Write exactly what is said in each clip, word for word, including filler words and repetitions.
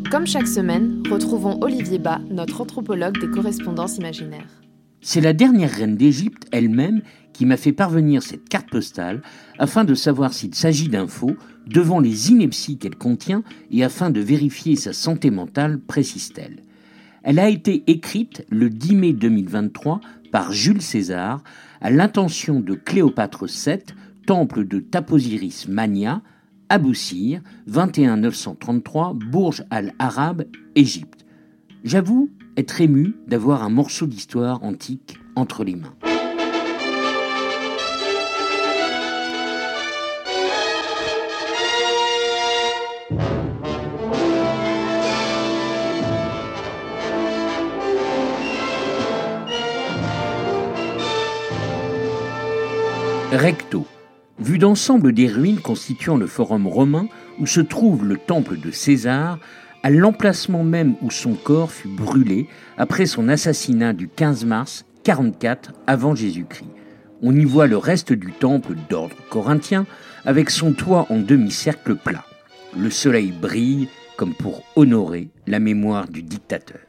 Comme chaque semaine, retrouvons Olivier Bas, notre anthropologue des correspondances imaginaires. C'est la dernière reine d'Égypte elle-même qui m'a fait parvenir cette carte postale afin de savoir s'il s'agit d'un faux devant les inepties qu'elle contient et afin de vérifier sa santé mentale, précise-t-elle. Elle a été écrite le dix mai deux mille vingt-trois par Jules César à l'intention de Cléopâtre sept, temple de Taposiris Mania, Aboussir, vingt et un neuf cent trente-trois, Bourj al-Arab, Égypte. J'avoue être ému d'avoir un morceau d'histoire antique entre les mains. Recto. Vue d'ensemble des ruines constituant le forum romain où se trouve le temple de César, à l'emplacement même où son corps fut brûlé après son assassinat du quinze mars quarante-quatre avant Jésus-Christ. On y voit le reste du temple d'ordre corinthien avec son toit en demi-cercle plat. Le soleil brille comme pour honorer la mémoire du dictateur.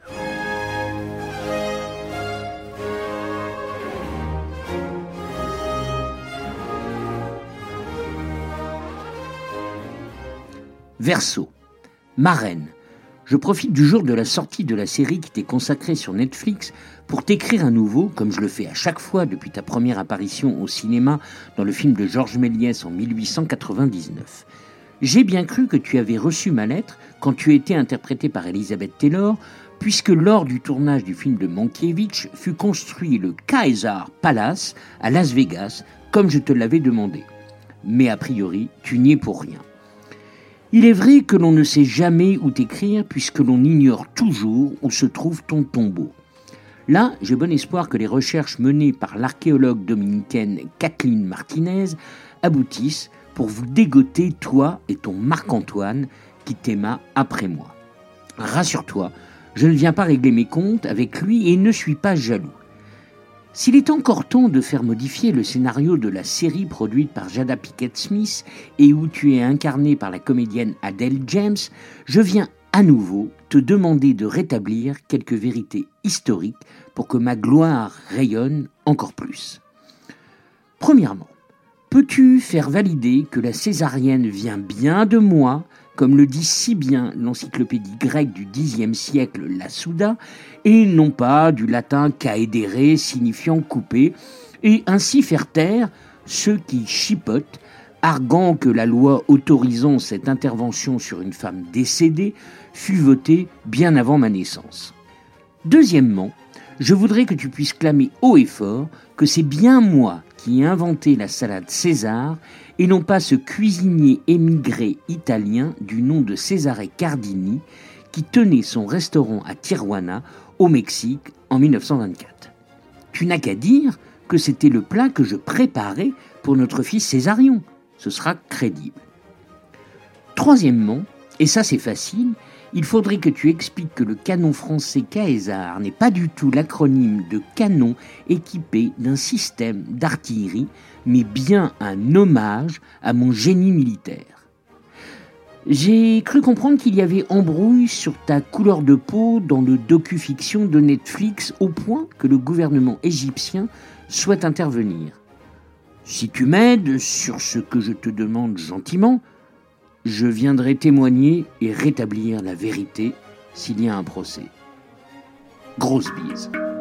Verseau. Marraine. Je profite du jour de la sortie de la série qui t'est consacrée sur Netflix pour t'écrire à nouveau, comme je le fais à chaque fois depuis ta première apparition au cinéma dans le film de Georges Méliès en mille huit cent quatre-vingt-dix-neuf. J'ai bien cru que tu avais reçu ma lettre quand tu étais interprétée par Elizabeth Taylor, puisque lors du tournage du film de Mankiewicz fut construit le Caesars Palace à Las Vegas, comme je te l'avais demandé. Mais a priori, tu n'y es pour rien. Il est vrai que l'on ne sait jamais où t'écrire puisque l'on ignore toujours où se trouve ton tombeau. Là, j'ai bon espoir que les recherches menées par l'archéologue dominicaine Kathleen Martinez aboutissent pour vous dégoter, toi et ton Marc-Antoine qui t'aima après moi. Rassure-toi, je ne viens pas régler mes comptes avec lui et ne suis pas jaloux. S'il est encore temps de faire modifier le scénario de la série produite par Jada Pinkett Smith et où tu es incarné par la comédienne Adele James, je viens à nouveau te demander de rétablir quelques vérités historiques pour que ma gloire rayonne encore plus. Premièrement, peux-tu faire valider que la césarienne vient bien de moi, comme le dit si bien l'encyclopédie grecque du dixième siècle, la Souda, et non pas du latin caedere signifiant couper, et ainsi faire taire ceux qui chipotent, arguant que la loi autorisant cette intervention sur une femme décédée fut votée bien avant ma naissance. Deuxièmement, je voudrais que tu puisses clamer haut et fort que c'est bien moi qui ai inventé la salade César et non pas ce cuisinier émigré italien du nom de Cesare Cardini qui tenait son restaurant à Tijuana, au Mexique, en mille neuf cent vingt-quatre. Tu n'as qu'à dire que c'était le plat que je préparais pour notre fils Césarion. Ce sera crédible. Troisièmement, et ça c'est facile, il faudrait que tu expliques que le canon français Caesar n'est pas du tout l'acronyme de canon équipé d'un système d'artillerie, mais bien un hommage à mon génie militaire. J'ai cru comprendre qu'il y avait embrouille sur ta couleur de peau dans le docu-fiction de Netflix au point que le gouvernement égyptien souhaite intervenir. Si tu m'aides sur ce que je te demande gentiment, je viendrai témoigner et rétablir la vérité s'il y a un procès. Grosse bise.